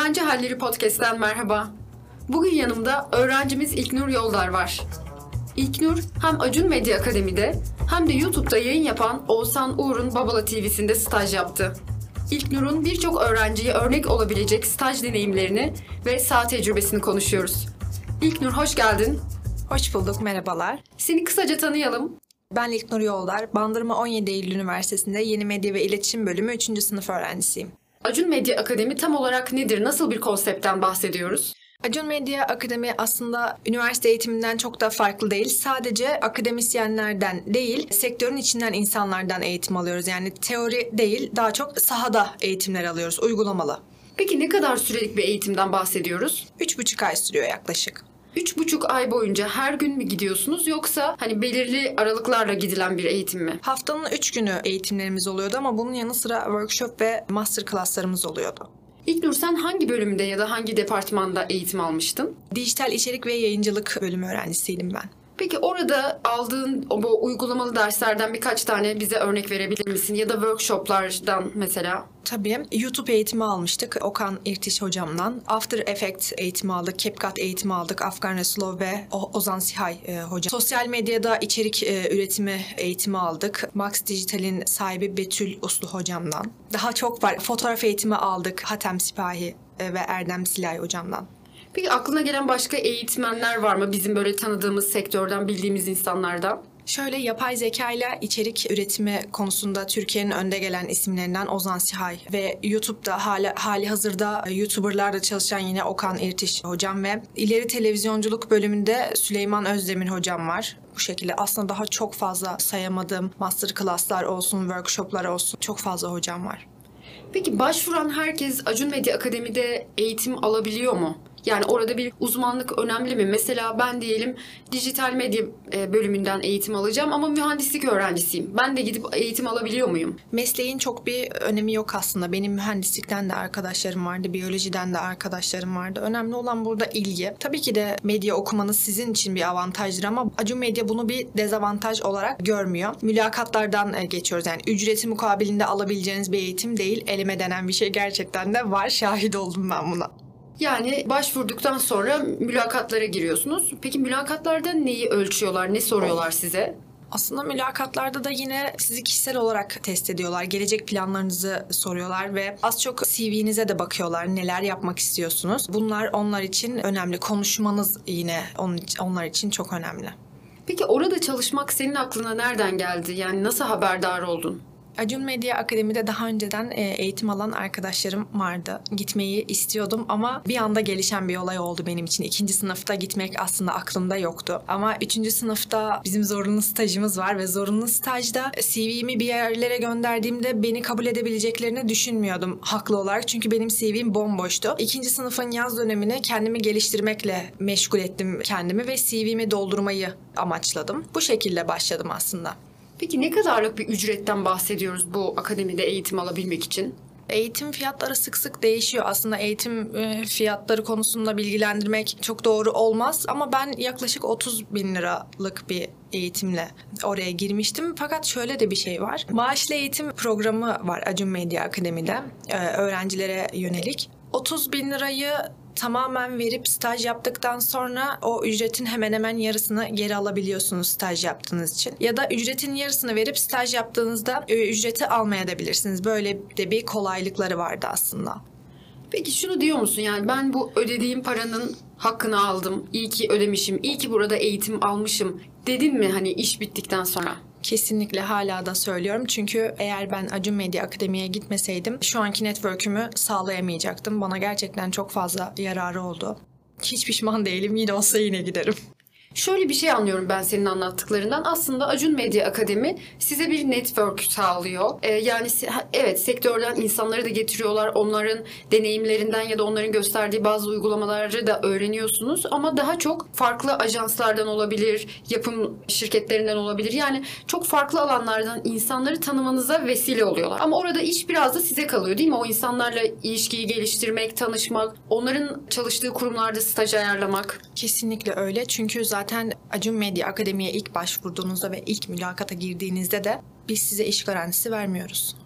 Öğrenci Halleri Podcast'ten merhaba. Bugün yanımda öğrencimiz İlknur Yoldar var. İlknur hem Acun Medya Akademi'de hem de YouTube'da yayın yapan Oğuzhan Uğur'un Babala TV'sinde staj yaptı. İlknur'un birçok öğrenciye örnek olabilecek staj deneyimlerini ve saha tecrübesini konuşuyoruz. İlknur hoş geldin. Hoş bulduk, merhabalar. Seni kısaca tanıyalım. Ben İlknur Yoldar, Bandırma 17 Eylül Üniversitesi'nde Yeni Medya ve İletişim Bölümü 3. sınıf öğrencisiyim. Acun Medya Akademi tam olarak nedir? Nasıl bir konseptten bahsediyoruz? Acun Medya Akademi aslında üniversite eğitiminden çok da farklı değil. Sadece akademisyenlerden değil, sektörün içinden insanlardan eğitim alıyoruz. Yani teori değil, daha çok sahada eğitimler alıyoruz, uygulamalı. Peki ne kadar sürelik bir eğitimden bahsediyoruz? 3,5 ay sürüyor yaklaşık. 3,5 ay boyunca her gün mü gidiyorsunuz yoksa belirli aralıklarla gidilen bir eğitim mi? Haftanın 3 günü eğitimlerimiz oluyordu ama bunun yanı sıra workshop ve master class'larımız oluyordu. İlknur sen hangi bölümde ya da hangi departmanda eğitim almıştın? Dijital içerik ve yayıncılık bölümü öğrencisiydim ben. Peki orada aldığın bu uygulamalı derslerden birkaç tane bize örnek verebilir misin? Ya da workshoplardan mesela? Tabii. YouTube eğitimi almıştık Okan İrtiş hocamdan. After Effects eğitimi aldık. CapCut eğitimi aldık. Afgan Resulov ve Ozan Sihay hocam. Sosyal medyada içerik üretimi eğitimi aldık. Max Dijital'in sahibi Betül Uslu hocamdan. Daha çok var. Fotoğraf eğitimi aldık Hatem Sipahi ve Erdem Silay hocamdan. Peki aklına gelen başka eğitmenler var mı? Bizim böyle tanıdığımız sektörden, bildiğimiz insanlardan. Şöyle yapay zeka ile içerik üretimi konusunda Türkiye'nin önde gelen isimlerinden Ozan Sihay ve YouTube'da hali hazırda YouTuber'larla çalışan yine Okan İrtiş hocam ve ileri televizyonculuk bölümünde Süleyman Özdemir hocam var. Bu şekilde aslında daha çok fazla sayamadığım master class'lar olsun, workshop'lar olsun çok fazla hocam var. Peki başvuran herkes Acun Medya Akademi'de eğitim alabiliyor mu? Yani orada bir uzmanlık önemli mi? Mesela ben diyelim dijital medya bölümünden eğitim alacağım ama mühendislik öğrencisiyim. Ben de gidip eğitim alabiliyor muyum? Mesleğin çok bir önemi yok aslında. Benim mühendislikten de arkadaşlarım vardı, biyolojiden de arkadaşlarım vardı. Önemli olan burada ilgi. Tabii ki de medya okumanız sizin için bir avantajdır ama Acun Medya bunu bir dezavantaj olarak görmüyor. Mülakatlardan geçiyoruz. Yani ücreti mukabilinde alabileceğiniz bir eğitim değil. Eleme denen bir şey gerçekten de var. Şahit oldum ben buna. Yani başvurduktan sonra mülakatlara giriyorsunuz. Peki mülakatlarda neyi ölçüyorlar, ne soruyorlar size? Aslında mülakatlarda da yine sizi kişisel olarak test ediyorlar. Gelecek planlarınızı soruyorlar ve az çok CV'nize de bakıyorlar. Neler yapmak istiyorsunuz? Bunlar onlar için önemli. Konuşmanız yine onlar için çok önemli. Peki orada çalışmak senin aklına nereden geldi? Yani nasıl haberdar oldun? Acun Medya Akademi'de daha önceden eğitim alan arkadaşlarım vardı. Gitmeyi istiyordum ama bir anda gelişen bir olay oldu benim için. 2. sınıfta gitmek aslında aklımda yoktu. Ama 3. sınıfta bizim zorunlu stajımız var ve zorunlu stajda CV'mi bir yerlere gönderdiğimde beni kabul edebileceklerini düşünmüyordum haklı olarak. Çünkü benim CV'm bomboştu. 2. sınıfın yaz dönemine kendimi geliştirmekle meşgul ettim kendimi ve CV'mi doldurmayı amaçladım. Bu şekilde başladım aslında. Peki ne kadarlık bir ücretten bahsediyoruz bu akademide eğitim alabilmek için? Eğitim fiyatları sık sık değişiyor. Aslında eğitim fiyatları konusunda bilgilendirmek çok doğru olmaz. Ama ben yaklaşık 30.000 liralık bir eğitimle oraya girmiştim. Fakat şöyle de bir şey var. Maaşlı eğitim programı var Acun Medya Akademi'de öğrencilere yönelik. 30.000 lirayı tamamen verip staj yaptıktan sonra o ücretin hemen hemen yarısını geri alabiliyorsunuz staj yaptığınız için. Ya da ücretin yarısını verip staj yaptığınızda ücreti almayabilirsiniz. Böyle de bir kolaylıkları vardı aslında. Peki şunu diyor musun? Yani ben bu ödediğim paranın hakkını aldım. İyi ki ödemişim. İyi ki burada eğitim almışım. Dedin mi iş bittikten sonra? Kesinlikle hala da söylüyorum. Çünkü eğer ben Acun Medya Akademi'ye gitmeseydim şu anki network'ümü sağlayamayacaktım. Bana gerçekten çok fazla yararı oldu. Hiç pişman değilim. Yine olsa yine giderim. Şöyle bir şey anlıyorum ben senin anlattıklarından. Aslında Acun Medya Akademi size bir network sağlıyor. Yani evet sektörden insanları da getiriyorlar. Onların deneyimlerinden ya da onların gösterdiği bazı uygulamaları da öğreniyorsunuz. Ama daha çok farklı ajanslardan olabilir, yapım şirketlerinden olabilir. Yani çok farklı alanlardan insanları tanımanıza vesile oluyorlar. Ama orada iş biraz da size kalıyor değil mi? O insanlarla ilişkiyi geliştirmek, tanışmak, onların çalıştığı kurumlarda staj ayarlamak. Kesinlikle öyle. Çünkü zaten Acun Medya Akademi'ye ilk başvurduğunuzda ve ilk mülakata girdiğinizde de biz size iş garantisi vermiyoruz.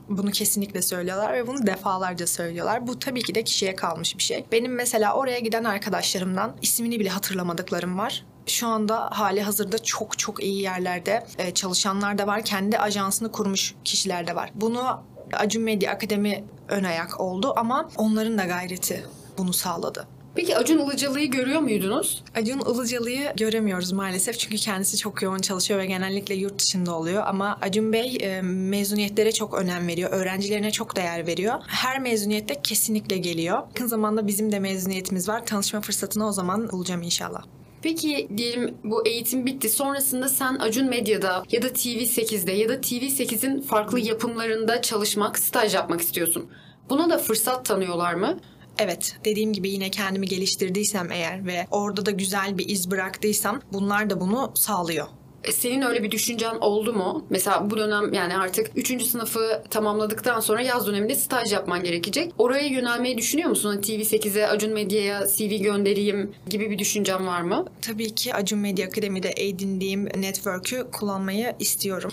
Bunu kesinlikle söylüyorlar ve bunu defalarca söylüyorlar. Bu tabii ki de kişiye kalmış bir şey. Benim mesela oraya giden arkadaşlarımdan ismini bile hatırlamadıklarım var. Şu anda hali hazırda çok çok iyi yerlerde çalışanlar da var. Kendi ajansını kurmuş kişiler de var. Bunu Acun Medya Akademi ön ayak oldu ama onların da gayreti bunu sağladı. Peki Acun Ilıcalı'yı görüyor muydunuz? Acun Ilıcalı'yı göremiyoruz maalesef çünkü kendisi çok yoğun çalışıyor ve genellikle yurt dışında oluyor. Ama Acun Bey mezuniyetlere çok önem veriyor, öğrencilerine çok değer veriyor. Her mezuniyette kesinlikle geliyor. Yakın zamanda bizim de mezuniyetimiz var. Tanışma fırsatını o zaman bulacağım inşallah. Peki diyelim bu eğitim bitti. Sonrasında sen Acun Medya'da ya da TV8'de ya da TV8'in farklı yapımlarında çalışmak, staj yapmak istiyorsun. Buna da fırsat tanıyorlar mı? Evet, dediğim gibi yine kendimi geliştirdiysem eğer ve orada da güzel bir iz bıraktıysam bunlar da bunu sağlıyor. Senin öyle bir düşüncen oldu mu? Mesela bu dönem yani artık 3. sınıfı tamamladıktan sonra yaz döneminde staj yapman gerekecek. Oraya yönelmeyi düşünüyor musun? Hani TV8'e, Acun Medya'ya CV göndereyim gibi bir düşüncen var mı? Tabii ki Acun Medya Akademi'de edindiğim network'ü kullanmayı istiyorum.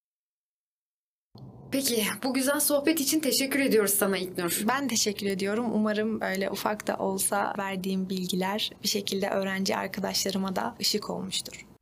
Peki bu güzel sohbet için teşekkür ediyoruz sana İlknur. Ben teşekkür ediyorum. Umarım öyle ufak da olsa verdiğim bilgiler bir şekilde öğrenci arkadaşlarıma da ışık olmuştur.